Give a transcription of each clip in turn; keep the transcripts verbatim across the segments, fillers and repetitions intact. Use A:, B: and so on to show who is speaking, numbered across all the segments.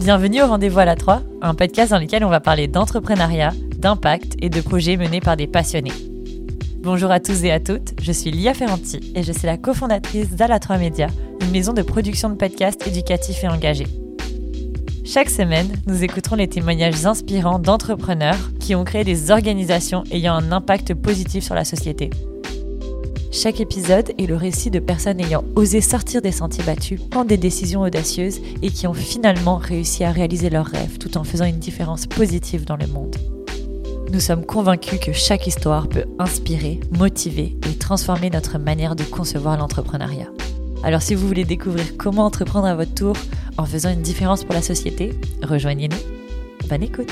A: Bienvenue au Rendez-vous à la trois, un podcast dans lequel on va parler d'entrepreneuriat, d'impact et de projets menés par des passionnés. Bonjour à tous et à toutes, je suis Lia Ferranti et je suis la cofondatrice d'A la trois Média, une maison de production de podcasts éducatifs et engagés. Chaque semaine, nous écouterons les témoignages inspirants d'entrepreneurs qui ont créé des organisations ayant un impact positif sur la société. Chaque épisode est le récit de personnes ayant osé sortir des sentiers battus, prendre des décisions audacieuses et qui ont finalement réussi à réaliser leurs rêves tout en faisant une différence positive dans le monde. Nous sommes convaincus que chaque histoire peut inspirer, motiver et transformer notre manière de concevoir l'entrepreneuriat. Alors si vous voulez découvrir comment entreprendre à votre tour en faisant une différence pour la société, rejoignez-nous. Bonne écoute!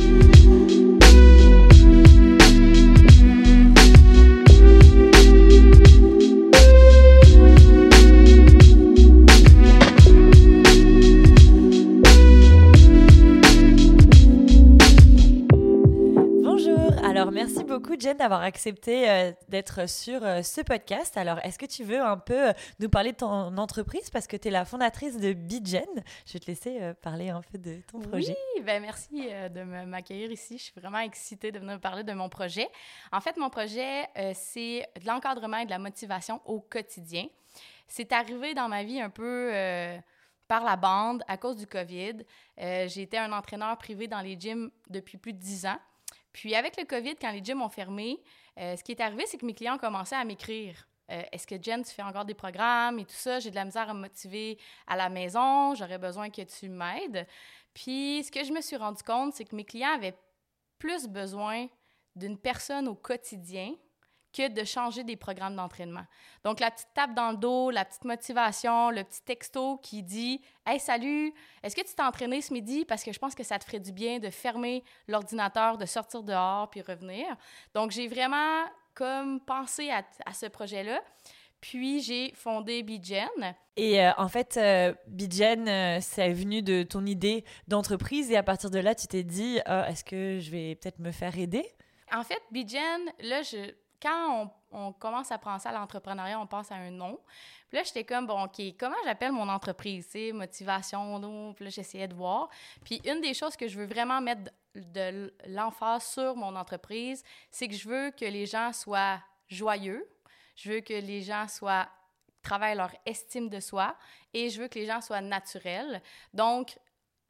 A: Alors, merci beaucoup, Jen, d'avoir accepté euh, d'être sur euh, ce podcast. Alors, est-ce que tu veux un peu euh, nous parler de ton entreprise parce que tu es la fondatrice de BeGen? Je vais te laisser euh, parler un peu de ton projet.
B: Oui, ben merci euh, de me, m'accueillir ici. Je suis vraiment excitée de venir parler de mon projet. En fait, mon projet, euh, c'est de l'encadrement et de la motivation au quotidien. C'est arrivé dans ma vie un peu... Euh, par la bande à cause du COVID. Euh, j'ai été un entraîneur privé dans les gyms depuis plus de dix ans. Puis avec le COVID, quand les gyms ont fermé, euh, ce qui est arrivé, c'est que mes clients ont commencé à m'écrire. Euh, Est-ce que Jen, tu fais encore des programmes et tout ça? J'ai de la misère à me motiver à la maison. J'aurais besoin que tu m'aides. Puis ce que je me suis rendu compte, c'est que mes clients avaient plus besoin d'une personne au quotidien que de changer des programmes d'entraînement. Donc, la petite tape dans le dos, la petite motivation, le petit texto qui dit « Hey, salut, est-ce que tu t'es entraîné ce midi? Parce que je pense que ça te ferait du bien de fermer l'ordinateur, de sortir dehors puis revenir. » Donc, j'ai vraiment comme pensé à, à ce projet-là. Puis, j'ai fondé BeGen.
A: Et euh, en fait, euh, BeGen, euh, c'est venu de ton idée d'entreprise et à partir de là, tu t'es dit oh, « Est-ce que je vais peut-être me faire aider? »
B: En fait, BeGen, là, je... Quand on, on commence à penser à l'entrepreneuriat, on pense à un nom. Puis là, j'étais comme, bon, OK, comment j'appelle mon entreprise? Tu sais, motivation, non? Puis là, j'essayais de voir. Puis une des choses que je veux vraiment mettre de l'emphase sur mon entreprise, c'est que je veux que les gens soient joyeux. Je veux que les gens soient travaillent leur estime de soi et je veux que les gens soient naturels. Donc,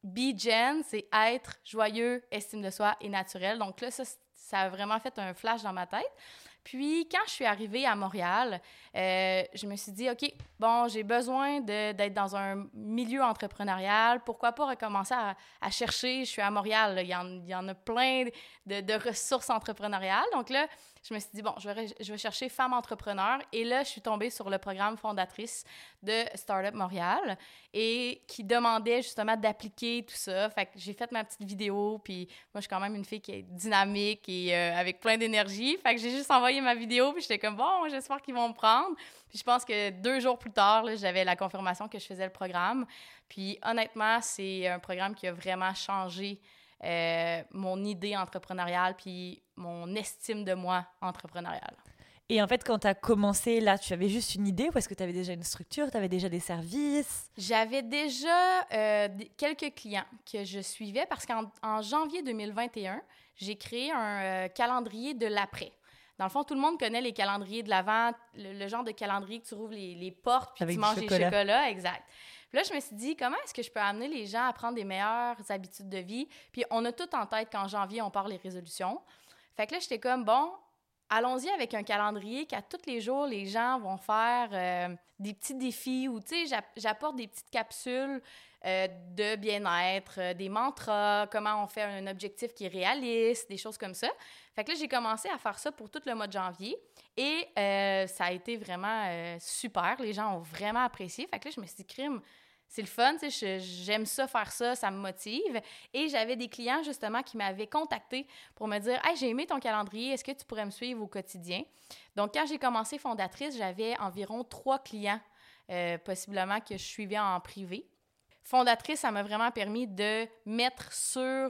B: BeGen, c'est être joyeux, estime de soi et naturel. Donc là, ça, ça a vraiment fait un flash dans ma tête. Puis, quand je suis arrivée à Montréal, euh, je me suis dit, OK, bon, j'ai besoin de, d'être dans un milieu entrepreneurial. Pourquoi pas recommencer à, à chercher? Je suis à Montréal, là, il, y en, il y en a plein de, de ressources entrepreneuriales. Donc là, je me suis dit, bon, je vais, je vais chercher femmes entrepreneurs. Et là, je suis tombée sur le programme fondatrice de Startup Montréal et qui demandait justement d'appliquer tout ça. Fait que j'ai fait ma petite vidéo. Puis moi, je suis quand même une fille qui est dynamique et euh, avec plein d'énergie. Fait que j'ai juste envoyé ma vidéo. Puis j'étais comme, bon, j'espère qu'ils vont me prendre. Puis je pense que deux jours plus tard, là, j'avais la confirmation que je faisais le programme. Puis honnêtement, c'est un programme qui a vraiment changé Euh, mon idée entrepreneuriale puis mon estime de moi entrepreneuriale.
A: Et en fait, quand tu as commencé, là, tu avais juste une idée ou est-ce que tu avais déjà une structure, tu avais déjà des services?
B: J'avais déjà euh, quelques clients que je suivais parce qu'en en janvier deux mille vingt et un, j'ai créé un euh, calendrier de l'après. Dans le fond, tout le monde connaît les calendriers de l'avant, le, le genre de calendrier que tu rouvres les, les portes puis tu manges des chocolats. Exact. Puis là, je me suis dit, comment est-ce que je peux amener les gens à prendre des meilleures habitudes de vie? Puis on a tout en tête qu'en janvier, on part les résolutions. Fait que là, j'étais comme, bon, allons-y avec un calendrier qu'à tous les jours, les gens vont faire euh, des petits défis où, tu sais, j'apporte des petites capsules euh, de bien-être, euh, des mantras, comment on fait un objectif qui est réaliste, des choses comme ça. Fait que là, j'ai commencé à faire ça pour tout le mois de janvier et euh, ça a été vraiment euh, super. Les gens ont vraiment apprécié. Fait que là, je me suis dit, crime, c'est le fun, tu sais, j'aime ça, faire ça, ça me motive. Et j'avais des clients, justement, qui m'avaient contacté pour me dire « Hey, j'ai aimé ton calendrier, est-ce que tu pourrais me suivre au quotidien? » Donc, quand j'ai commencé fondatrice, j'avais environ trois clients, euh, possiblement, que je suivais en privé. Fondatrice, ça m'a vraiment permis de mettre sur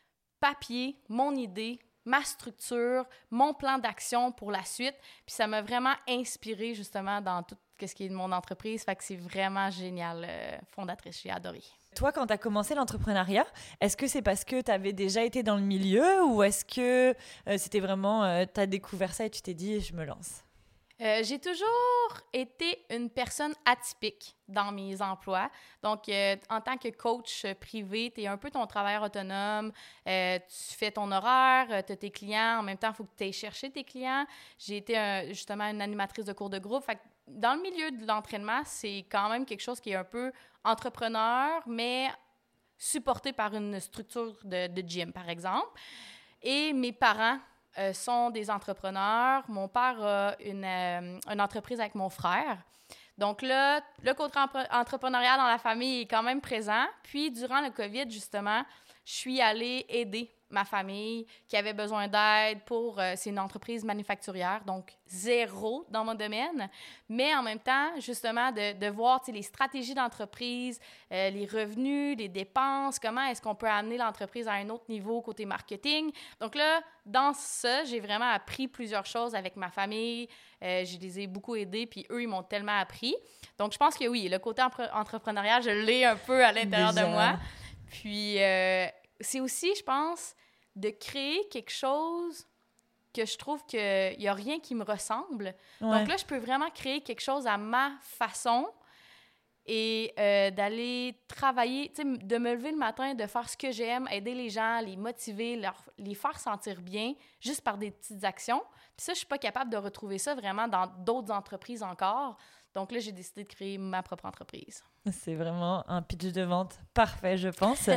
B: papier mon idée, ma structure, mon plan d'action pour la suite. Puis ça m'a vraiment inspirée justement dans tout ce qui est de mon entreprise. Fait que c'est vraiment génial, euh, fondatrice. J'ai adoré.
A: toi, quand tu as commencé l'entrepreneuriat, est-ce que c'est parce que tu avais déjà été dans le milieu ou est-ce que euh, c'était vraiment, euh, tu as découvert ça et tu t'es dit, je me lance?
B: Euh, j'ai toujours été une personne atypique dans mes emplois. Donc, euh, en tant que coach privé, tu es un peu ton travailleur autonome, euh, tu fais ton horaire, tu as tes clients, en même temps, il faut que tu ailles chercher tes clients. J'ai été un, justement une animatrice de cours de groupe. Fait que dans le milieu de l'entraînement, c'est quand même quelque chose qui est un peu entrepreneur, mais supporté par une structure de, de gym, par exemple. Et mes parents Euh, sont des entrepreneurs. Mon père a une, euh, une entreprise avec mon frère. Donc là, le côté entrepreneurial dans la famille est quand même présent. Puis, durant le COVID, justement, je suis allée aider ma famille qui avait besoin d'aide pour... Euh, c'est une entreprise manufacturière, donc zéro dans mon domaine. Mais en même temps, justement, de, de voir les stratégies d'entreprise, euh, les revenus, les dépenses, comment est-ce qu'on peut amener l'entreprise à un autre niveau côté marketing. Donc là, dans ça, j'ai vraiment appris plusieurs choses avec ma famille. Euh, je les ai beaucoup aidés, puis eux, ils m'ont tellement appris. Donc, je pense que oui, le côté empre- entrepreneurial, je l'ai un peu à l'intérieur Déjà. de moi. Puis, euh, c'est aussi, je pense, de créer quelque chose que je trouve qu'il n'y a rien qui me ressemble. Ouais. Donc là, je peux vraiment créer quelque chose à ma façon et euh, d'aller travailler, tu sais, de me lever le matin, de faire ce que j'aime, aider les gens, les motiver, leur, les faire sentir bien, juste par des petites actions. Puis ça, je ne suis pas capable de retrouver ça vraiment dans d'autres entreprises encore. Donc là, j'ai décidé de créer ma propre entreprise.
A: C'est vraiment un pitch de vente parfait, je pense.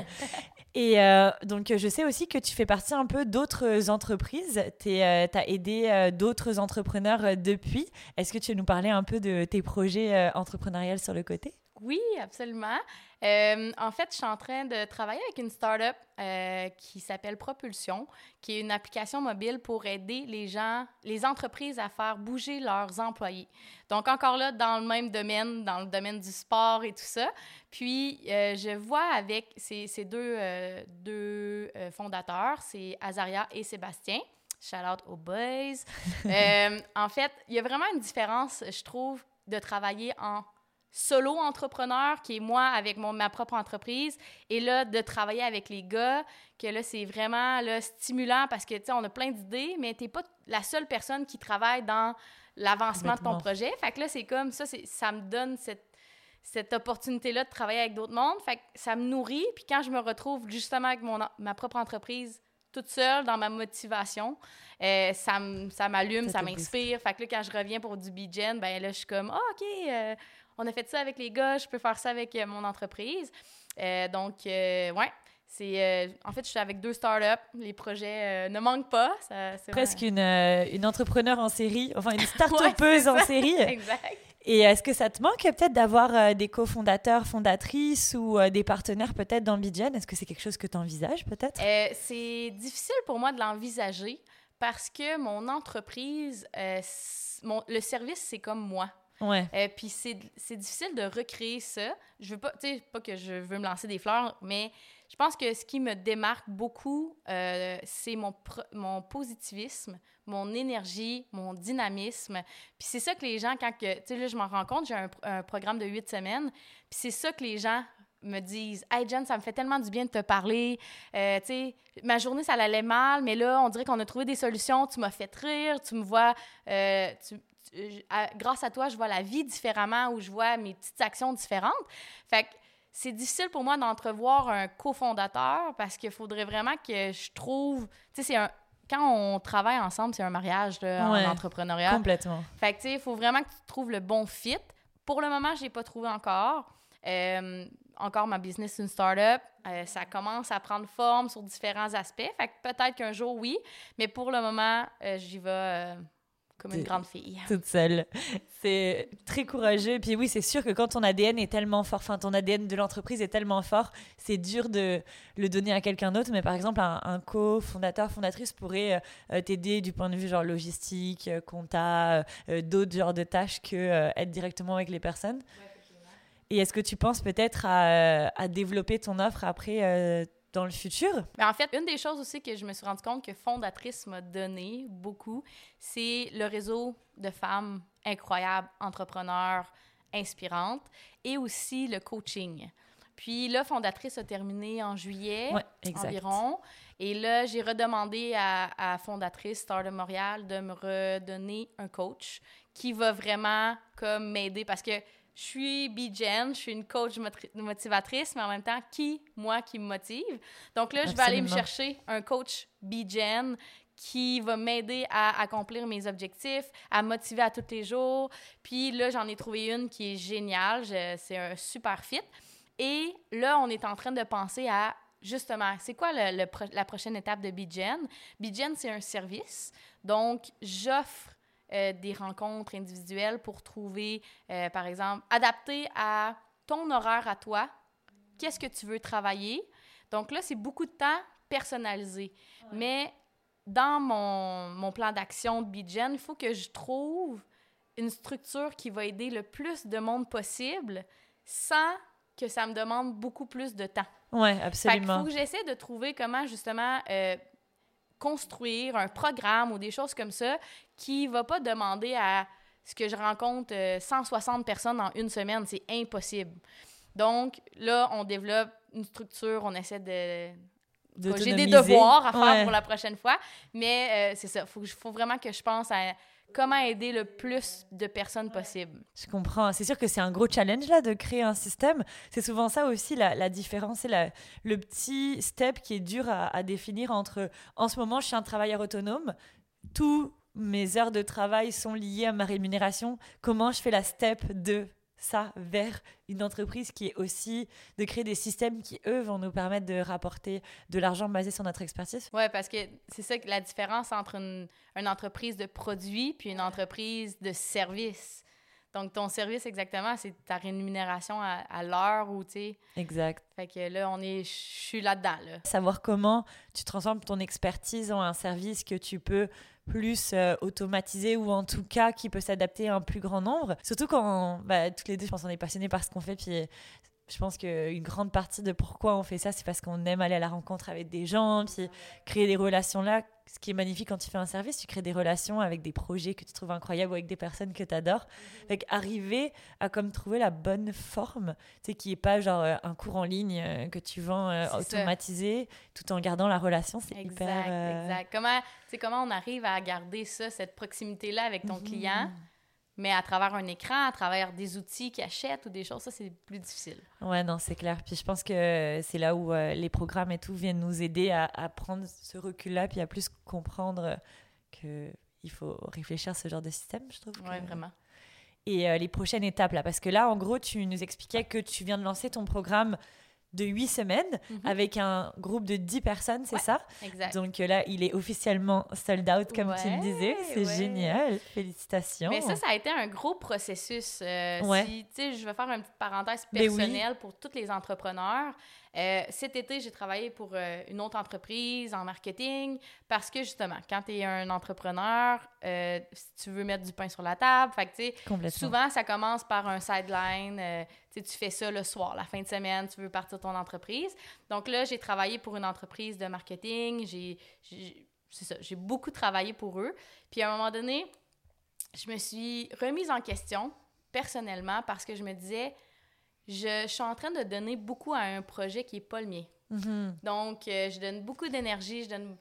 A: Et euh, donc, je sais aussi que tu fais partie un peu d'autres entreprises. Tu euh, as aidé euh, d'autres entrepreneurs euh, depuis. Est-ce que tu veux nous parler un peu de tes projets euh, entrepreneuriaux sur le côté?
B: Oui, absolument. Euh, en fait, je suis en train de travailler avec une start-up euh, qui s'appelle Propulsion, qui est une application mobile pour aider les gens, les entreprises à faire bouger leurs employés. Donc, encore là, dans le même domaine, dans le domaine du sport et tout ça. Puis, euh, je vois avec ces, ces deux, euh, deux euh, fondateurs, c'est Azaria et Sébastien. Shout out aux boys. euh, en fait, il y a vraiment une différence, je trouve, de travailler en solo entrepreneur, qui est moi avec mon, ma propre entreprise, et là, de travailler avec les gars, que là, c'est vraiment là, stimulant parce que, tu sais, on a plein d'idées, mais t'es pas la seule personne qui travaille dans l'avancement de ton projet. Fait que là, c'est comme ça, c'est, ça me donne cette, cette opportunité-là de travailler avec d'autres mondes. Fait que ça me nourrit, puis quand je me retrouve justement avec mon, ma propre entreprise, toute seule, dans ma motivation, euh, ça, m- ça m'allume, ça, ça m'inspire. Fait que là, quand je reviens pour du B-Gen, ben là, je suis comme, ah, oh, OK, euh, on a fait ça avec les gars, je peux faire ça avec euh, mon entreprise. Euh, donc, euh, ouais, c'est... Euh, en fait, je suis avec deux startups. Les projets euh, ne manquent pas. Ça, c'est
A: Presque
B: vrai.
A: une, euh, une entrepreneur en série, enfin une start-upeuse ouais, en série.
B: Exact.
A: Et est-ce que ça te manque peut-être d'avoir euh, des cofondateurs, fondatrices ou euh, des partenaires peut-être dans B-Gen? Est-ce que c'est quelque chose que tu envisages peut-être?
B: Euh, c'est difficile pour moi de l'envisager parce que mon entreprise, euh, mon, le service, c'est comme moi.
A: Ouais.
B: Euh, puis c'est, c'est difficile de recréer ça. Je veux pas, tu sais, pas que je veux me lancer des fleurs, mais je pense que ce qui me démarque beaucoup, euh, c'est mon, pro- mon positivisme, mon énergie, mon dynamisme. Puis c'est ça que les gens, quand que, tu sais, là, je m'en rends compte, j'ai un, un programme de huit semaines, puis c'est ça que les gens me disent « Hey, Jen, ça me fait tellement du bien de te parler. Euh, tu sais, ma journée, ça allait mal, mais là, on dirait qu'on a trouvé des solutions. Tu m'as fait rire, tu me vois... Euh, tu, grâce à toi, je vois la vie différemment ou je vois mes petites actions différentes. » Fait que c'est difficile pour moi d'entrevoir un cofondateur parce qu'il faudrait vraiment que je trouve... Tu sais, c'est un... Quand on travaille ensemble, c'est un mariage là, ouais, en entrepreneuriat.
A: Complètement.
B: Fait que, tu sais, il faut vraiment que tu trouves le bon fit. Pour le moment, je ne l'ai pas trouvé encore. Euh, encore, ma business, c'est une start-up. Euh, ça commence à prendre forme sur différents aspects. Fait que peut-être qu'un jour, oui. Mais pour le moment, euh, j'y vais... Euh, comme une grande fille.
A: Toute seule. C'est très courageux. Et puis oui, c'est sûr que quand ton A D N est tellement fort, enfin ton A D N de l'entreprise est tellement fort, c'est dur de le donner à quelqu'un d'autre. Mais par exemple, un, un co-fondateur, fondatrice pourrait euh, t'aider du point de vue genre logistique, euh, compta, euh, d'autres genres de tâches que euh, être directement avec les personnes. Ouais, et est-ce que tu penses peut-être à, à développer ton offre après euh, dans le futur?
B: Mais en fait, une des choses aussi que je me suis rendu compte que Fondatrice m'a donné beaucoup, c'est le réseau de femmes incroyables, entrepreneurs, inspirantes, et aussi le coaching. Puis là, Fondatrice a terminé en juillet
A: ouais, exact.
B: environ. Et là, j'ai redemandé à, à Fondatrice Star de Montréal de me redonner un coach qui va vraiment comme m'aider parce que je suis B-Gen, je suis une coach motivatrice, mais en même temps, qui, moi, qui me motive. Donc là, je vais
A: Absolument.
B: aller me chercher un coach B-Gen qui va m'aider à accomplir mes objectifs, à motiver à tous les jours. Puis là, j'en ai trouvé une qui est géniale. Je, c'est un super fit. Et là, on est en train de penser à, justement, c'est quoi le, le, la prochaine étape de B-Gen? B-Gen, c'est un service. Donc, j'offre euh, des rencontres individuelles pour trouver, euh, par exemple, adapté à ton horaire à toi, qu'est-ce que tu veux travailler. Donc là, c'est beaucoup de temps personnalisé. Ouais. Mais dans mon, mon plan d'action de B-Gen, il faut que je trouve une structure qui va aider le plus de monde possible sans que ça me demande beaucoup plus de temps.
A: Oui, absolument.
B: Il faut que j'essaie de trouver comment, justement, euh, construire un programme ou des choses comme ça qui ne va pas demander à ce que je rencontre euh, cent soixante personnes en une semaine. C'est impossible. Donc, là, on développe une structure, on essaie de... J'ai des devoirs à faire ouais. pour la prochaine fois, mais euh, c'est ça. Il faut, faut vraiment que je pense à comment aider le plus de personnes possible.
A: Je comprends. C'est sûr que c'est un gros challenge là, de créer un système. C'est souvent ça aussi, la, la différence. C'est la, le petit step qui est dur à, à définir entre « en ce moment, je suis un travailleur autonome, tous mes heures de travail sont liées à ma rémunération. Comment je fais la step de ça vers une entreprise qui est aussi de créer des systèmes qui, eux, vont nous permettre de rapporter de l'argent basé sur notre expertise. »
B: Oui, parce que c'est ça que la différence entre une, une entreprise de produits puis une entreprise de service. Donc, ton service, exactement, c'est ta rémunération à, à l'heure ou, tu sais...
A: Exact.
B: Fait que là, on est... Je suis là-dedans, là.
A: Savoir comment tu transformes ton expertise en un service que tu peux plus euh, automatiser ou en tout cas qui peut s'adapter à un plus grand nombre. Surtout quand, bah, toutes les deux, je pense qu'on est passionnés par ce qu'on fait, puis je pense qu'une grande partie de pourquoi on fait ça, c'est parce qu'on aime aller à la rencontre avec des gens, puis créer des relations là. Ce qui est magnifique quand tu fais un service, tu crées des relations avec des projets que tu trouves incroyables ou avec des personnes que tu adores. Mm-hmm. Fait qu'arriver à comme trouver la bonne forme, tu sais, qui n'est pas genre euh, un cours en ligne euh, que tu vends euh, automatisé, ça. Tout en gardant la relation, c'est
B: exact,
A: hyper... Euh...
B: Exact. Comment, tu sais, comment on arrive à garder ça, cette proximité-là avec ton mm-hmm. client, mais à travers un écran, à travers des outils qu'ils achètent ou des choses, ça, c'est plus difficile.
A: Ouais, non, c'est clair. Puis je pense que c'est là où euh, les programmes et tout viennent nous aider à, à prendre ce recul-là, puis à plus comprendre qu'il faut réfléchir à ce genre de système, je trouve.
B: Oui, que... vraiment.
A: Et euh, les prochaines étapes, là, parce que là, en gros, tu nous expliquais que tu viens de lancer ton programme de huit semaines mm-hmm. avec un groupe de dix personnes, c'est
B: ouais,
A: ça?
B: Exact.
A: Donc là, il est officiellement sold out, comme
B: ouais,
A: tu me disais. C'est
B: ouais.
A: génial. Félicitations.
B: Mais ça, ça a été un gros processus. Euh,
A: ouais.
B: si, tu sais, je vais faire une petite parenthèse personnelle oui. pour tous les entrepreneurs. Euh, cet été, j'ai travaillé pour euh, une autre entreprise en marketing parce que, justement, quand tu es un entrepreneur, euh, si tu veux mettre du pain sur la table, fait que, tu sais, souvent, ça commence par un sideline. Euh, tu fais ça le soir, la fin de semaine, tu veux partir de ton entreprise. Donc là, j'ai travaillé pour une entreprise de marketing. J'ai, j'ai, c'est ça, j'ai beaucoup travaillé pour eux. Puis à un moment donné, je me suis remise en question personnellement parce que je me disais... Je, je suis en train de donner beaucoup à un projet qui n'est pas le mien. Mm-hmm. Donc, euh, je donne beaucoup d'énergie. Je donne...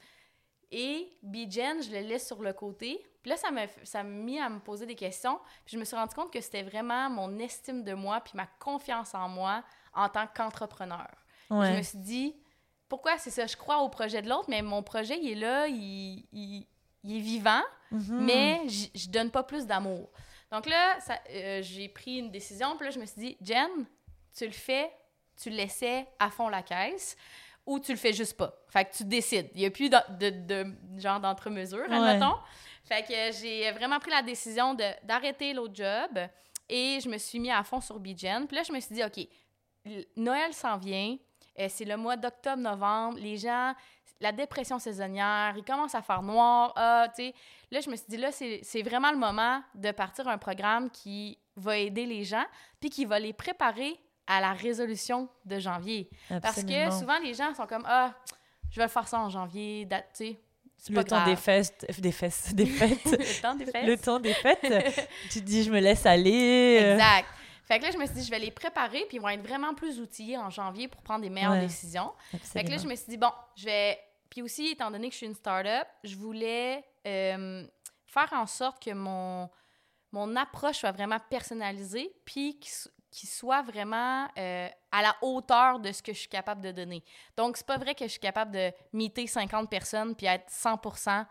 B: Et B-Gen, je le laisse sur le côté. Puis là, ça m'a, ça m'a mis à me poser des questions. Puis je me suis rendu compte que c'était vraiment mon estime de moi puis ma confiance en moi en tant qu'entrepreneur. Ouais. Je me suis dit, pourquoi c'est ça? Je crois au projet de l'autre, mais mon projet, il est là, il, il, il est vivant, mm-hmm. mais je ne donne pas plus d'amour. Donc là, ça, euh, j'ai pris une décision. Puis là, je me suis dit, Jen, tu le fais, tu le laissais à fond la caisse ou tu le fais juste pas. Fait que tu décides. Il n'y a plus de, de, de genre d'entre-mesure, ouais. admettons. Fait que j'ai vraiment pris la décision de, d'arrêter l'autre job et je me suis mis à fond sur B-Gen. Puis là, je me suis dit, OK, Noël s'en vient. Euh, c'est le mois d'octobre-novembre. Les gens... La dépression saisonnière, il commence à faire noir. Ah, tu sais. Là, je me suis dit, là, c'est, c'est vraiment le moment de partir un programme qui va aider les gens puis qui va les préparer à la résolution de janvier. Absolument. Parce que souvent, les gens sont comme, ah, je vais faire ça en janvier, tu sais. C'est
A: le
B: pas
A: temps
B: grave.
A: des fesses, des fesses, des fêtes.
B: Le temps des fêtes.
A: Le temps des fêtes. Tu te dis, je me laisse aller.
B: Exact. Fait que là, je me suis dit, je vais les préparer, puis ils vont être vraiment plus outillés en janvier pour prendre des meilleures
A: ouais,
B: décisions.
A: absolument.
B: Fait que là, je me suis dit, bon, je vais... Puis aussi, étant donné que je suis une start-up, je voulais euh, faire en sorte que mon, mon approche soit vraiment personnalisée, puis qu'il, qu'il soit vraiment euh, à la hauteur de ce que je suis capable de donner. Donc, c'est pas vrai que je suis capable de meeter cinquante personnes puis être cent pour cent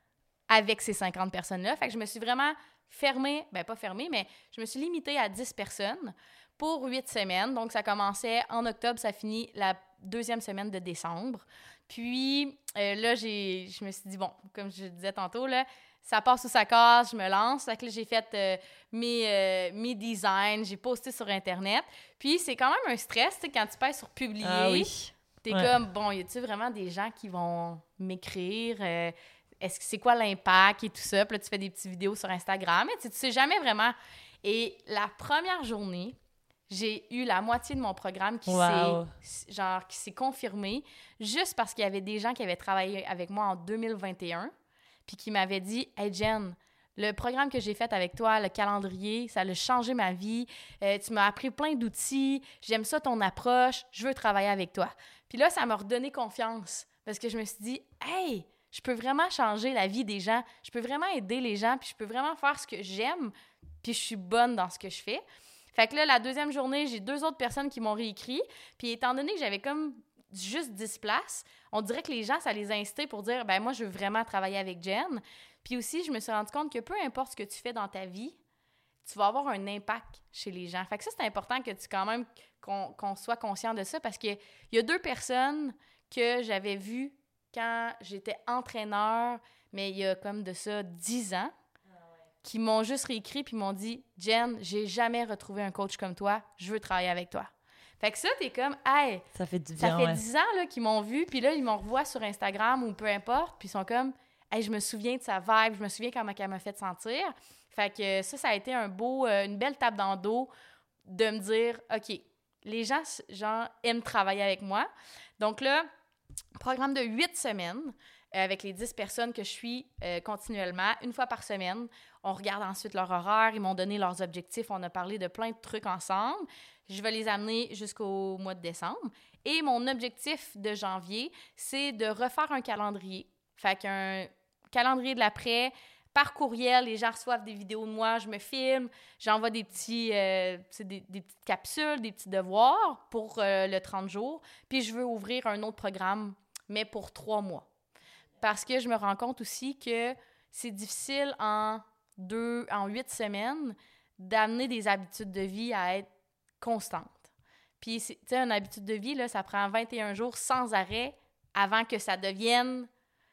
B: avec ces cinquante personnes-là. Fait que je me suis vraiment fermée, ben pas fermée, mais je me suis limitée à dix personnes pour huit semaines. Donc, ça commençait en octobre, ça finit la deuxième semaine de décembre. Puis euh, là, j'ai, je me suis dit, bon, comme je disais tantôt, là, ça passe ou ça casse, je me lance. Fait que là, j'ai fait euh, mes, euh, mes designs, j'ai posté sur Internet. Puis c'est quand même un stress, tu sais, quand tu pèses sur publier,
A: ah, oui.
B: t'es
A: ouais.
B: comme, bon, y a-tu vraiment des gens qui vont m'écrire? Euh, est-ce que c'est quoi l'impact et tout ça? Puis là, tu fais des petites vidéos sur Instagram, mais tu sais, tu sais jamais vraiment. Et la première journée, j'ai eu la moitié de mon programme qui
A: wow.
B: s'est, genre, qui s'est confirmé juste parce qu'il y avait des gens qui avaient travaillé avec moi en deux mille vingt et un puis qui m'avaient dit « Hey Jen, le programme que j'ai fait avec toi, le calendrier, ça a changé ma vie. Euh, tu m'as appris plein d'outils. J'aime ça ton approche. Je veux travailler avec toi. » Puis là, ça m'a redonné confiance parce que je me suis dit « Hey, je peux vraiment changer la vie des gens. Je peux vraiment aider les gens puis je peux vraiment faire ce que j'aime puis je suis bonne dans ce que je fais. » Fait que là, la deuxième journée, j'ai deux autres personnes qui m'ont réécrit. Puis étant donné que j'avais comme juste dix places, on dirait que les gens, ça les a incités pour dire « ben moi, je veux vraiment travailler avec Jen. » Puis aussi, je me suis rendu compte que peu importe ce que tu fais dans ta vie, tu vas avoir un impact chez les gens. Fait que ça, c'est important que tu quand même, qu'on, qu'on soit conscient de ça parce qu'il y a deux personnes que j'avais vues quand j'étais entraîneur, mais il y a comme de ça dix ans, qui m'ont juste réécrit puis m'ont dit « Jen, j'ai jamais retrouvé un coach comme toi. Je veux travailler avec toi. » Fait que ça, t'es comme « Hey,
A: ça fait du bien,
B: ça fait
A: ouais.
B: dix ans là, qu'ils m'ont vu, puis là, ils m'en revoient sur Instagram ou peu importe, puis ils sont comme « Hey, je me souviens de sa vibe, je me souviens comment elle m'a fait sentir. » Fait que ça, ça a été un beau, euh, une belle tape dans le dos de me dire « OK, les gens, genre, aiment travailler avec moi. » Donc là, programme de huit semaines, avec les dix personnes que je suis euh, continuellement, une fois par semaine. On regarde ensuite leur horaire, ils m'ont donné leurs objectifs, on a parlé de plein de trucs ensemble. Je vais les amener jusqu'au mois de décembre. Et mon objectif de janvier, c'est de refaire un calendrier. Fait qu'un calendrier de l'après, par courriel, les gens reçoivent des vidéos de moi, je me filme, j'envoie des petits, euh, des, des petites capsules, des petits devoirs pour euh, le trente jours. Puis je veux ouvrir un autre programme, mais pour trois mois. Parce que je me rends compte aussi que c'est difficile en deux, en huit semaines d'amener des habitudes de vie à être constantes. Puis, tu sais, une habitude de vie, là, ça prend vingt et un jours sans arrêt avant que ça devienne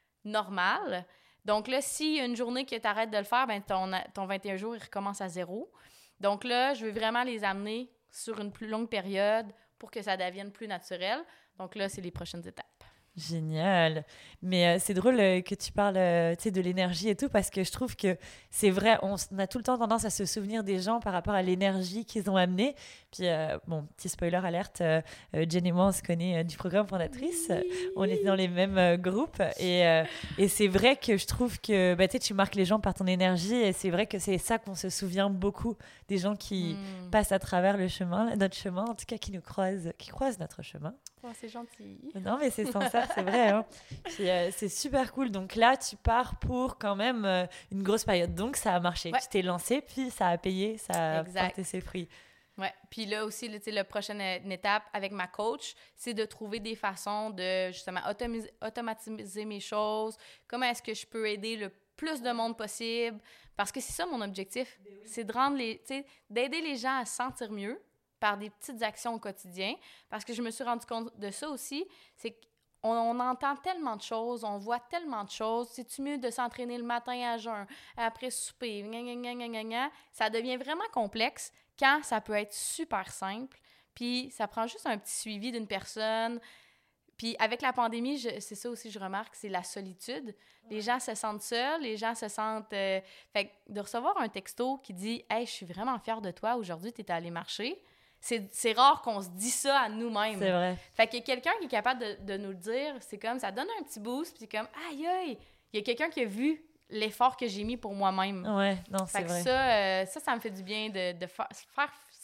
B: normal. Donc là, s'il y a une journée que tu arrêtes de le faire, ben ton, ton vingt et un jours, il recommence à zéro. Donc là, je veux vraiment les amener sur une plus longue période pour que ça devienne plus naturel. Donc là, c'est les prochaines étapes.
A: Génial. Mais euh, c'est drôle euh, que tu parles euh, tu sais, de l'énergie et tout, parce que je trouve que c'est vrai, on, on a tout le temps tendance à se souvenir des gens par rapport à l'énergie qu'ils ont amenée. Puis, euh, bon, petit spoiler alerte, euh, Jen et moi, on se connaît euh, du programme Fondatrice. Oui. On était dans les mêmes euh, groupes. Et, euh, et c'est vrai que je trouve que bah, tu marques les gens par ton énergie. Et c'est vrai que c'est ça qu'on se souvient beaucoup, des gens qui mm. passent à travers le chemin, notre chemin, en tout cas qui nous croisent, qui croisent notre chemin.
B: Oh, c'est gentil.
A: Non, mais c'est sincère, c'est vrai. Hein. Puis, euh, c'est super cool. Donc là, tu pars pour quand même euh, une grosse période. Donc, ça a marché. Ouais. Tu t'es lancé, puis ça a payé, ça a exact. porté ses fruits.
B: Oui. Puis là aussi, là, la prochaine étape avec ma coach, c'est de trouver des façons de, justement, automiser, automatiser mes choses. Comment est-ce que je peux aider le plus de monde possible? Parce que c'est ça mon objectif. Oui. C'est de rendre les, tu sais, d'aider les gens à se sentir mieux par des petites actions au quotidien, parce que je me suis rendu compte de ça aussi, c'est qu'on on entend tellement de choses, on voit tellement de choses, c'est-tu mieux de s'entraîner le matin à jeun, après souper, gna, gna, gna, gna, gna. Ça devient vraiment complexe quand ça peut être super simple, puis ça prend juste un petit suivi d'une personne. Puis avec la pandémie, je, c'est ça aussi je remarque, c'est la solitude. Ouais. Les gens se sentent seuls, les gens se sentent... Euh, fait que de recevoir un texto qui dit « Hey, je suis vraiment fière de toi, aujourd'hui, tu es allé marcher », C'est, c'est rare qu'on se dit ça à nous-mêmes.
A: C'est vrai.
B: Fait qu'il y a quelqu'un qui est capable de, de nous le dire, c'est comme, ça donne un petit boost, puis c'est comme, aïe, aïe, il y a quelqu'un qui a vu l'effort que j'ai mis pour moi-même.
A: Ouais, non,
B: fait
A: c'est
B: que
A: vrai.
B: Ça, euh, ça, ça me fait du bien de, de fa- faire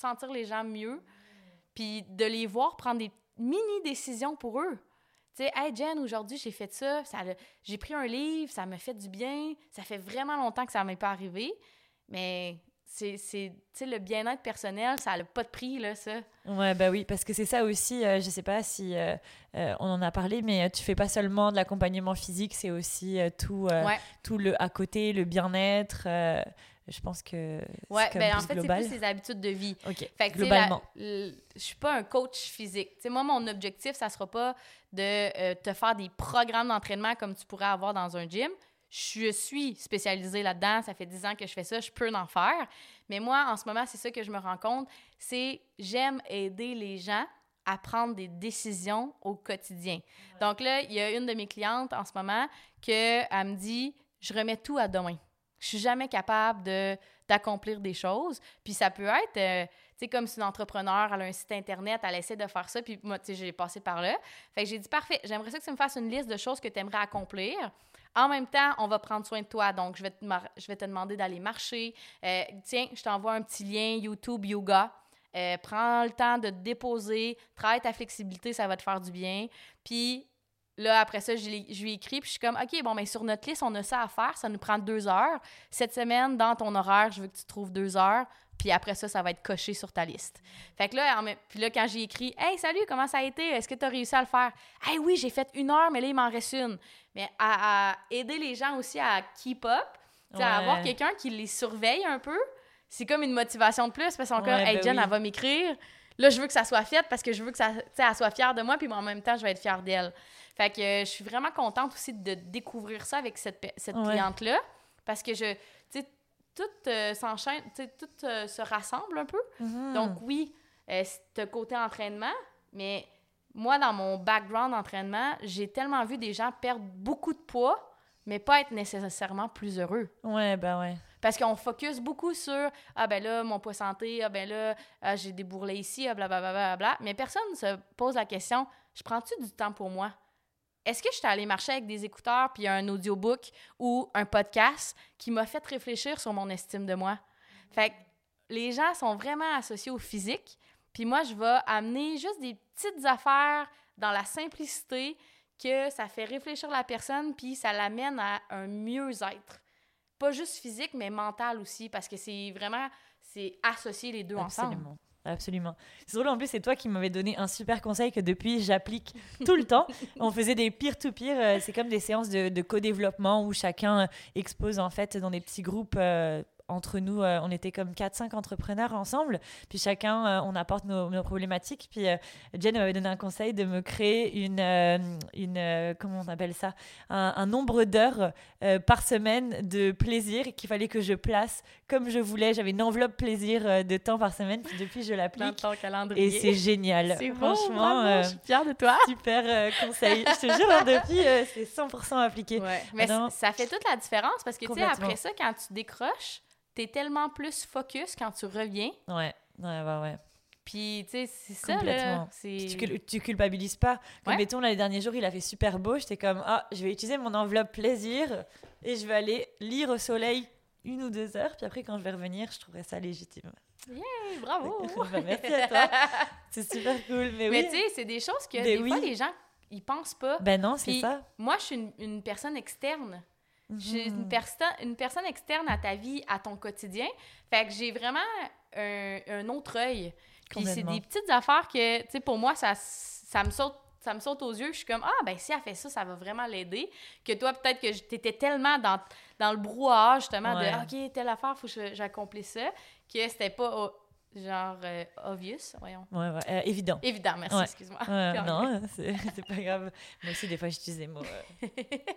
B: sentir les gens mieux, puis de les voir prendre des mini-décisions pour eux. Tu sais, « Hey, Jen, aujourd'hui, j'ai fait ça, ça a, j'ai pris un livre, ça m'a fait du bien, ça fait vraiment longtemps que ça ne m'est pas arrivé. » Mais c'est, c'est tu sais, le bien-être personnel, ça n'a pas de prix, là, ça.
A: Ouais, bah oui, parce que c'est ça aussi, euh, je sais pas si euh, euh, on en a parlé, mais tu fais pas seulement de l'accompagnement physique, c'est aussi euh, tout, euh, ouais. tout le à côté, le bien-être. Euh, je pense que
B: ouais,
A: c'est
B: ben,
A: plus
B: en fait,
A: global.
B: c'est plus les habitudes de vie.
A: OK,
B: fait que,
A: globalement.
B: Je suis pas un coach physique. T'sais, moi, mon objectif, ça sera pas de euh, te faire des programmes d'entraînement comme tu pourrais avoir dans un gym. Je suis spécialisée là-dedans. Ça fait dix ans que je fais ça. Je peux en faire. Mais moi, en ce moment, c'est ça que je me rends compte. C'est j'aime aider les gens à prendre des décisions au quotidien. Ouais. Donc là, il y a une de mes clientes en ce moment qu'elle me dit « Je remets tout à demain. » Je suis jamais capable de, d'accomplir des choses. Puis ça peut être, euh, tu sais, comme si une entrepreneur, elle a un site Internet, elle essaie de faire ça, puis moi, tu sais, j'ai passé par là. Fait que j'ai dit, parfait, j'aimerais ça que tu me fasses une liste de choses que tu aimerais accomplir. En même temps, on va prendre soin de toi. Donc, je vais te, mar- je vais te demander d'aller marcher. Euh, tiens, je t'envoie un petit lien YouTube Yoga. Euh, prends le temps de te déposer. Travaille ta flexibilité, ça va te faire du bien. Puis là, après ça, je, je lui ai écrit, puis je suis comme, OK, bon, bien, sur notre liste, on a ça à faire, ça nous prend deux heures. Cette semaine, dans ton horaire, je veux que tu trouves deux heures, puis après ça, ça va être coché sur ta liste. Fait que là, en, puis là, quand j'ai écrit, « Hey, salut, comment ça a été? Est-ce que tu as réussi à le faire? »« Hey, oui, j'ai fait une heure, mais là, il m'en reste une. » Mais à, à aider les gens aussi à keep up, ouais. à avoir quelqu'un qui les surveille un peu, c'est comme une motivation de plus, parce qu'on ouais, comme, « Hey, ben Jen, oui. Elle va m'écrire. Là, je veux que ça soit fait parce que je veux que ça, elle soit fière de moi, puis en même temps, je vais être fière d'elle. » Fait que euh, je suis vraiment contente aussi de découvrir ça avec cette, cette ouais. cliente-là, parce que je, tu sais, tout euh, s'enchaîne, tu sais, tout euh, se rassemble un peu. Mm-hmm. Donc oui, euh, c'est côté entraînement, mais moi, dans mon background d'entraînement, j'ai tellement vu des gens perdre beaucoup de poids, mais pas être nécessairement plus heureux.
A: Ouais, ben ouais.
B: Parce qu'on focus beaucoup sur « Ah ben là, mon poids santé, ah ben là, ah, j'ai des bourrelets ici, ah blablabla. Bla, bla, bla. » Mais personne ne se pose la question « Je prends-tu du temps pour moi? » Est-ce que je suis allée marcher avec des écouteurs puis un audiobook ou un podcast qui m'a fait réfléchir sur mon estime de moi? Fait que les gens sont vraiment associés au physique. Puis moi, je vais amener juste des petites affaires dans la simplicité que ça fait réfléchir la personne puis ça l'amène à un mieux-être. Pas juste physique, mais mental aussi, parce que c'est vraiment, c'est associer les deux
A: Absolument.
B: ensemble.
A: Absolument. C'est drôle, en plus, c'est toi qui m'avais donné un super conseil que depuis, j'applique tout le temps. On faisait des peer-to-peer, c'est comme des séances de, de co-développement où chacun expose, en fait, dans des petits groupes... Euh, entre nous, euh, on était comme quatre cinq entrepreneurs ensemble, puis chacun, euh, on apporte nos, nos problématiques, puis euh, Jen m'avait donné un conseil de me créer une, euh, une euh, comment on appelle ça, un, un nombre d'heures euh, par semaine de plaisir qu'il fallait que je place comme je voulais. J'avais une enveloppe plaisir euh, de temps par semaine, puis depuis, je l'applique.
B: Dans ton calendrier.
A: Et c'est génial.
B: C'est
A: franchement,
B: bon, euh, je suis fière de toi.
A: Super euh, conseil. Je te jure, hein, depuis, euh, c'est cent pour cent appliqué.
B: Ouais. Mais c- ça fait toute la différence, parce que, tu sais, après ça, quand tu décroches, t'es tellement plus focus quand tu reviens.
A: Ouais, ouais, ouais, ouais.
B: Puis, tu sais, c'est ça, là. C'est...
A: Tu, cul- tu culpabilises pas. Comme, ouais. mettons, là, les derniers jours, il a fait super beau. J'étais comme, ah, je vais utiliser mon enveloppe plaisir et je vais aller lire au soleil une ou deux heures. Puis après, quand je vais revenir, je trouverai ça légitime.
B: Yeah, bravo!
A: bah, merci à toi. C'est super cool. Mais,
B: mais
A: oui.
B: tu sais, c'est des choses que,
A: mais
B: des
A: oui.
B: fois, les gens, ils pensent pas.
A: Ben non, c'est
B: Puis,
A: ça.
B: Moi, je suis une, une personne externe.
A: Mm-hmm.
B: Je suis une, perso- une personne externe à ta vie, à ton quotidien. Fait que j'ai vraiment un, un autre œil. Puis c'est des petites affaires que, tu sais, pour moi, ça, ça, me saute, ça me saute aux yeux. Je suis comme, ah, ben si elle fait ça, ça va vraiment l'aider. Que toi, peut-être que t'étais tellement dans, dans le brouhaha, justement, ouais. de, OK, telle affaire, il faut que j'accomplisse ça, que c'était pas... Oh, genre euh, obvious, voyons.
A: Ouais, ouais, euh, évident.
B: Évident, merci,
A: ouais.
B: excuse-moi.
A: Ouais, non, c'est, c'est pas grave. Moi aussi, des fois, j'utilise des mots. Euh...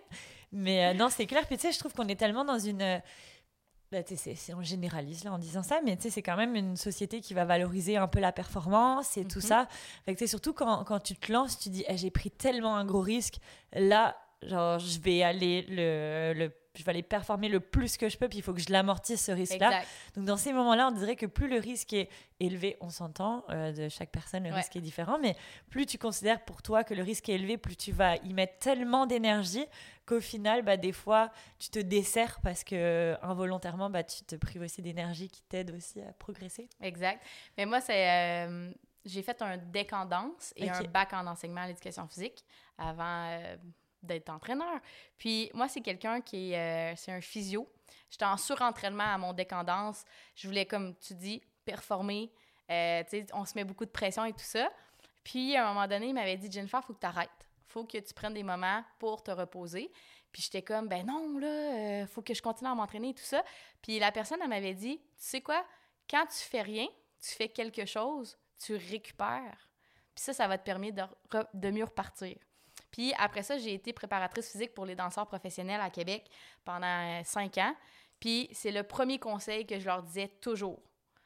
A: Mais euh, non, c'est clair. Puis tu sais, je trouve qu'on est tellement dans une... Euh... Bah, tu sais, c'est, c'est, on généralise là en disant ça, mais tu sais, c'est quand même une société qui va valoriser un peu la performance et mm-hmm. tout ça. Fait que tu sais, surtout quand, quand tu te lances, tu dis, hey, j'ai pris tellement un gros risque. Là, genre, je vais aller le... le je vais aller performer le plus que je peux, puis il faut que je l'amortisse, ce risque-là.
B: Exact.
A: Donc, dans ces moments-là, on dirait que plus le risque est élevé, on s'entend, euh, de chaque personne, le
B: Ouais.
A: risque est différent, mais plus tu considères pour toi que le risque est élevé, plus tu vas y mettre tellement d'énergie qu'au final, bah, des fois, tu te desserres parce que involontairement, bah, tu te prives aussi d'énergie qui t'aide aussi à progresser.
B: Exact. Mais moi, c'est... euh, j'ai fait un deck en danse et
A: Ok.
B: un bac en enseignement à l'éducation physique avant euh, d'être entraîneur. Puis moi, c'est quelqu'un qui est... euh, c'est un physio. J'étais en surentraînement à mon deck en danse. Je voulais, comme tu dis, performer. Euh, tu sais, on se met beaucoup de pression et tout ça. Puis, à un moment donné, il m'avait dit « Jennifer, il faut que tu arrêtes. Il faut que tu prennes des moments pour te reposer. » Puis j'étais comme « Ben non, là, il euh, faut que je continue à m'entraîner et tout ça. » Puis la personne, elle m'avait dit « Tu sais quoi? Quand tu fais rien, tu fais quelque chose, tu récupères. Puis ça, ça va te permettre de, re- de mieux repartir. » Puis après ça, j'ai été préparatrice physique pour les danseurs professionnels à Québec pendant euh, cinq ans. Puis c'est le premier conseil que je leur disais toujours.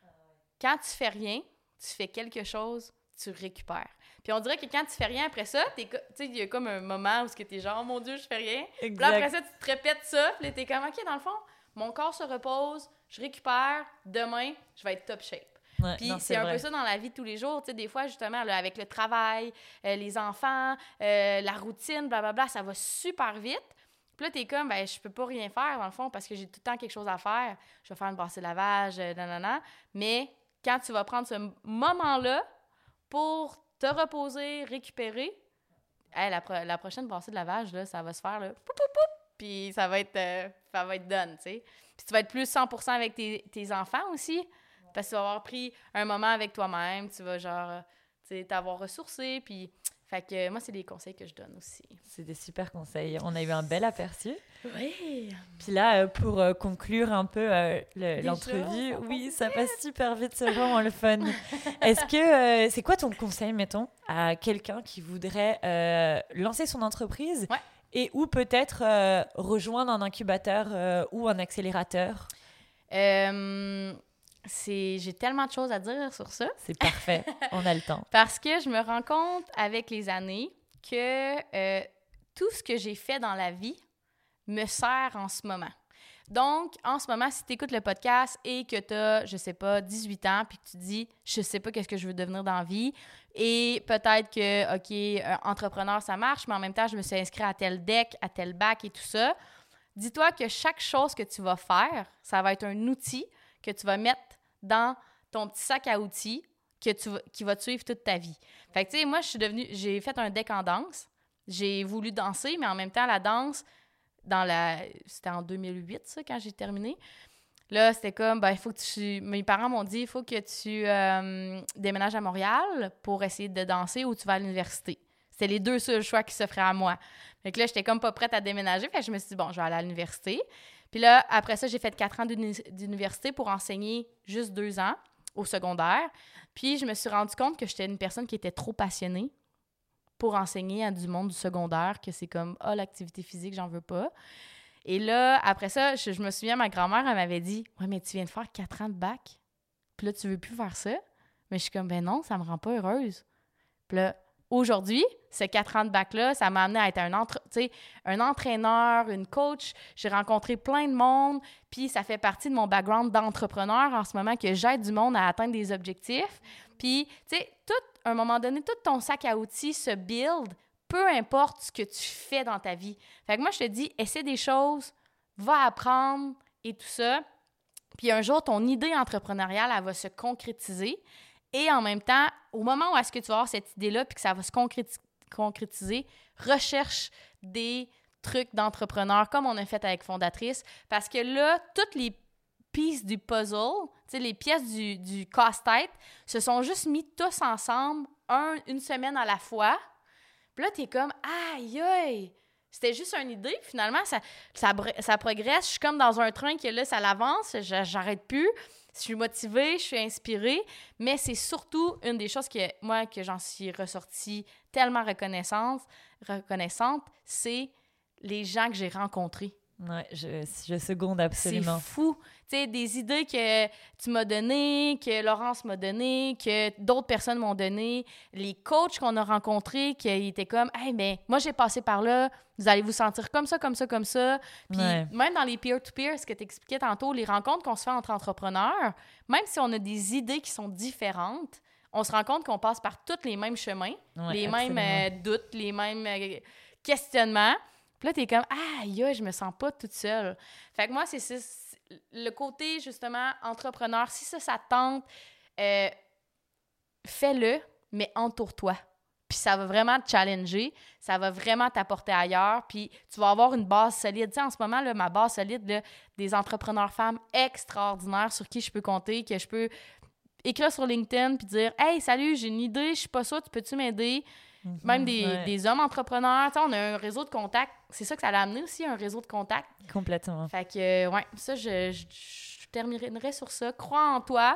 B: Quand tu fais rien, tu fais quelque chose, tu récupères. Puis on dirait que quand tu fais rien après ça, tu sais, il y a comme un moment où tu es genre, oh mon Dieu, je fais rien. Puis là, après ça, tu te répètes ça. Puis là, tu es comme, OK, dans le fond, mon corps se repose, je récupère, demain, je vais être top shape.
A: Ouais,
B: Puis
A: non,
B: c'est, c'est un peu ça dans la vie de tous les jours. Tu sais, des fois, justement, là, avec le travail, euh, les enfants, euh, la routine, blablabla, ça va super vite. Puis là, t'es comme, ben, je peux pas rien faire, dans le fond, parce que j'ai tout le temps quelque chose à faire. Je vais faire une brassée de lavage, euh, nanana. Mais quand tu vas prendre ce moment-là pour te reposer, récupérer, hey, la, pro- la prochaine brassée de lavage, là, ça va se faire, là, poup, poup, poup, puis ça va être, euh, ça va être done, tu sais. Puis tu vas être plus cent pour cent avec tes, tes enfants aussi, parce que tu vas avoir pris un moment avec toi-même, tu vas, genre, tu sais, t'avoir ressourcé, puis... Fait que moi, c'est des conseils que je donne aussi.
A: C'est des super conseils. On a eu un bel aperçu.
B: Oui.
A: Puis là, euh, pour euh, conclure un peu euh, le,
B: Déjà,
A: l'entrevue,
B: ça
A: oui,
B: passe
A: ça passe super vite, c'est vraiment le fun. Est-ce que, euh, c'est quoi ton conseil, mettons, à quelqu'un qui voudrait euh, lancer son entreprise
B: Ouais.
A: et ou peut-être euh, rejoindre un incubateur euh, ou un accélérateur?
B: Euh, c'est... J'ai tellement de choses à dire sur ça.
A: C'est parfait, on a le temps.
B: Parce que je me rends compte avec les années que euh, tout ce que j'ai fait dans la vie me sert en ce moment. Donc, en ce moment, si tu écoutes le podcast et que tu as, je sais pas, dix-huit ans, puis que tu dis, je sais pas qu'est-ce que je veux devenir dans la vie, et peut-être que, OK, euh, entrepreneur, ça marche, mais en même temps, je me suis inscrite à tel deck, à tel bac et tout ça, dis-toi que chaque chose que tu vas faire, ça va être un outil que tu vas mettre dans ton petit sac à outils que tu va, qui va te suivre toute ta vie. Fait que, tu sais, moi, je suis devenue, j'ai fait un deck en danse. J'ai voulu danser, mais en même temps, la danse, dans la, c'était en deux mille huit, ça, quand j'ai terminé. Là, c'était comme, ben, il faut que tu... Mes parents m'ont dit, il faut que tu euh, déménages à Montréal pour essayer de danser ou tu vas à l'université. C'était les deux seuls choix qui s'offraient à moi. Fait que là, j'étais comme pas prête à déménager. Fait que je me suis dit, bon, je vais aller à l'université. Puis là, après ça, j'ai fait quatre ans d'uni- d'université pour enseigner juste deux ans au secondaire. Puis je me suis rendu compte que j'étais une personne qui était trop passionnée pour enseigner à du monde du secondaire, que c'est comme, ah, oh, l'activité physique, j'en veux pas. Et là, après ça, je, je me souviens, ma grand-mère, elle m'avait dit, ouais, mais tu viens de faire quatre ans de bac. Puis là, tu veux plus faire ça? Mais je suis comme, ben non, ça me rend pas heureuse. Puis là, aujourd'hui, ces quatre ans de bac-là, ça m'a amené à être un, entre, un entraîneur, une coach. J'ai rencontré plein de monde. Puis ça fait partie de mon background d'entrepreneur en ce moment que j'aide du monde à atteindre des objectifs. Puis, tu sais, tout, à un moment donné, tout ton sac à outils se build, peu importe ce que tu fais dans ta vie. Fait que moi, je te dis, essaie des choses, va apprendre et tout ça. Puis un jour, ton idée entrepreneuriale, elle va se concrétiser. Et en même temps, au moment où est-ce que tu vas avoir cette idée-là puis que ça va se concréti- concrétiser, recherche des trucs d'entrepreneurs comme on a fait avec Fondatrice. Parce que là, toutes les pièces du puzzle, tu sais, les pièces du, du casse-tête, se sont juste mis tous ensemble, un, une semaine à la fois. Puis là, t'es comme « Aïe, aïe! » C'était juste une idée. Finalement, ça, ça, ça progresse. Je suis comme dans un train que là, ça l'avance. Je, j'arrête plus. Je suis motivée, je suis inspirée. Mais c'est surtout une des choses que moi, que j'en suis ressortie tellement reconnaissante, reconnaissante, c'est les gens que j'ai rencontrés.
A: Ouais, je, je seconde absolument.
B: C'est fou. Tu sais, des idées que tu m'as données, que Laurence m'a données, que d'autres personnes m'ont données, les coachs qu'on a rencontrés qui étaient comme « Hey, ben moi, j'ai passé par là, vous allez vous sentir comme ça, comme ça, comme ça. » Puis
A: ouais.
B: même dans les peer-to-peer, ce que tu expliquais tantôt, les rencontres qu'on se fait entre entrepreneurs, même si on a des idées qui sont différentes, on se rend compte qu'on passe par tous les mêmes chemins,
A: Ouais,
B: les
A: absolument.
B: mêmes euh, doutes, les mêmes euh, questionnements. Puis là, t'es comme « Ah, yo, je me sens pas toute seule. » Fait que moi, c'est, c'est, c'est le côté, justement, entrepreneur. Si ça, ça te tente, euh, fais-le, mais entoure-toi. Puis ça va vraiment te challenger, ça va vraiment t'apporter ailleurs, puis tu vas avoir une base solide. Tu sais, en ce moment, là, ma base solide, là, des entrepreneurs femmes extraordinaires sur qui je peux compter, que je peux écrire sur LinkedIn puis dire « Hey, salut, j'ai une idée, je suis pas sûre, tu peux-tu m'aider? » Mm-hmm, Même des, ouais. des hommes entrepreneurs, tu sais, on a un réseau de contacts. C'est ça que ça l'a amené aussi, un réseau de contacts.
A: Complètement. Fait
B: que, ouais, ça, je, je, je terminerai sur ça. Crois en toi,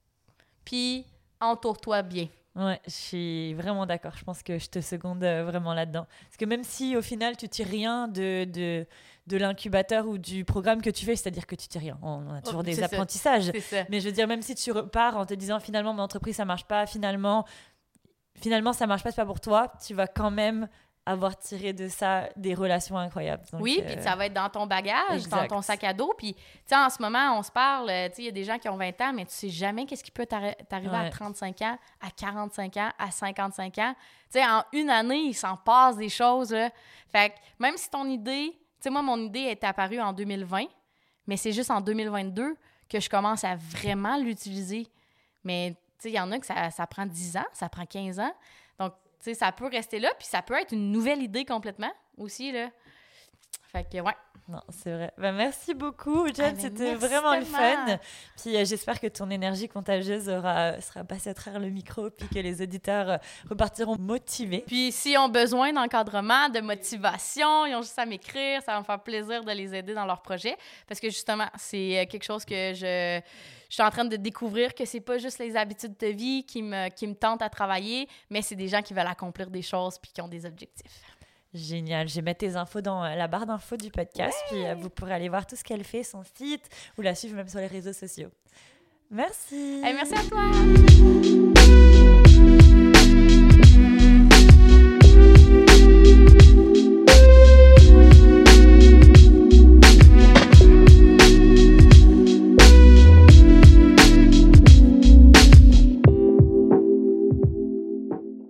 B: puis entoure-toi bien.
A: Ouais, je suis vraiment d'accord. Je pense que je te seconde vraiment là-dedans. Parce que même si, au final, tu tires rien de, de, de l'incubateur ou du programme que tu fais, c'est-à-dire que tu tires rien. On a toujours oh, des c'est apprentissages.
B: Ça. C'est ça.
A: Mais je veux dire, même si tu repars en te disant, finalement, mon entreprise, ça marche pas, finalement... Finalement, ça marche pas, c'est pas pour toi. Tu vas quand même avoir tiré de ça des relations incroyables. Donc,
B: oui,
A: euh...
B: puis ça va être dans ton bagage,
A: exact.
B: Dans ton sac à dos. Puis, tu sais, en ce moment, on se parle, tu sais, il y a des gens qui ont vingt ans, mais tu sais jamais qu'est-ce qui peut t'arri- t'arriver ouais. à trente-cinq ans, à quarante-cinq ans, à cinquante-cinq ans. Tu sais, en une année, il s'en passe des choses, là. Fait que même si ton idée... Tu sais, moi, mon idée est apparue en deux mille vingt, mais c'est juste en deux mille vingt-deux que je commence à vraiment l'utiliser. Mais... Tu sais, il y en a que ça, ça prend dix ans, ça prend quinze ans. Donc, tu sais, ça peut rester là, puis ça peut être une nouvelle idée complètement aussi, là. Fait que, ouais.
A: Non, c'est vrai. Ben, merci beaucoup, Jen. Ah, C'était vraiment tellement. Le fun. Puis euh, j'espère que ton énergie contagieuse aura, sera passée à travers le micro, puis que les auditeurs euh, repartiront motivés.
B: Puis s'ils ont besoin d'encadrement, de motivation, ils ont juste à m'écrire. Ça va me faire plaisir de les aider dans leur projet. Parce que justement, c'est quelque chose que je... Je suis en train de découvrir que c'est pas juste les habitudes de vie qui me, qui me tentent à travailler, mais c'est des gens qui veulent accomplir des choses puis qui ont des objectifs.
A: Génial. Je vais mettre tes infos dans la barre d'infos du podcast, ouais. Puis euh, vous pourrez aller voir tout ce qu'elle fait, son site, ou la suivre même sur les réseaux sociaux. Merci.
B: Hey, merci à toi.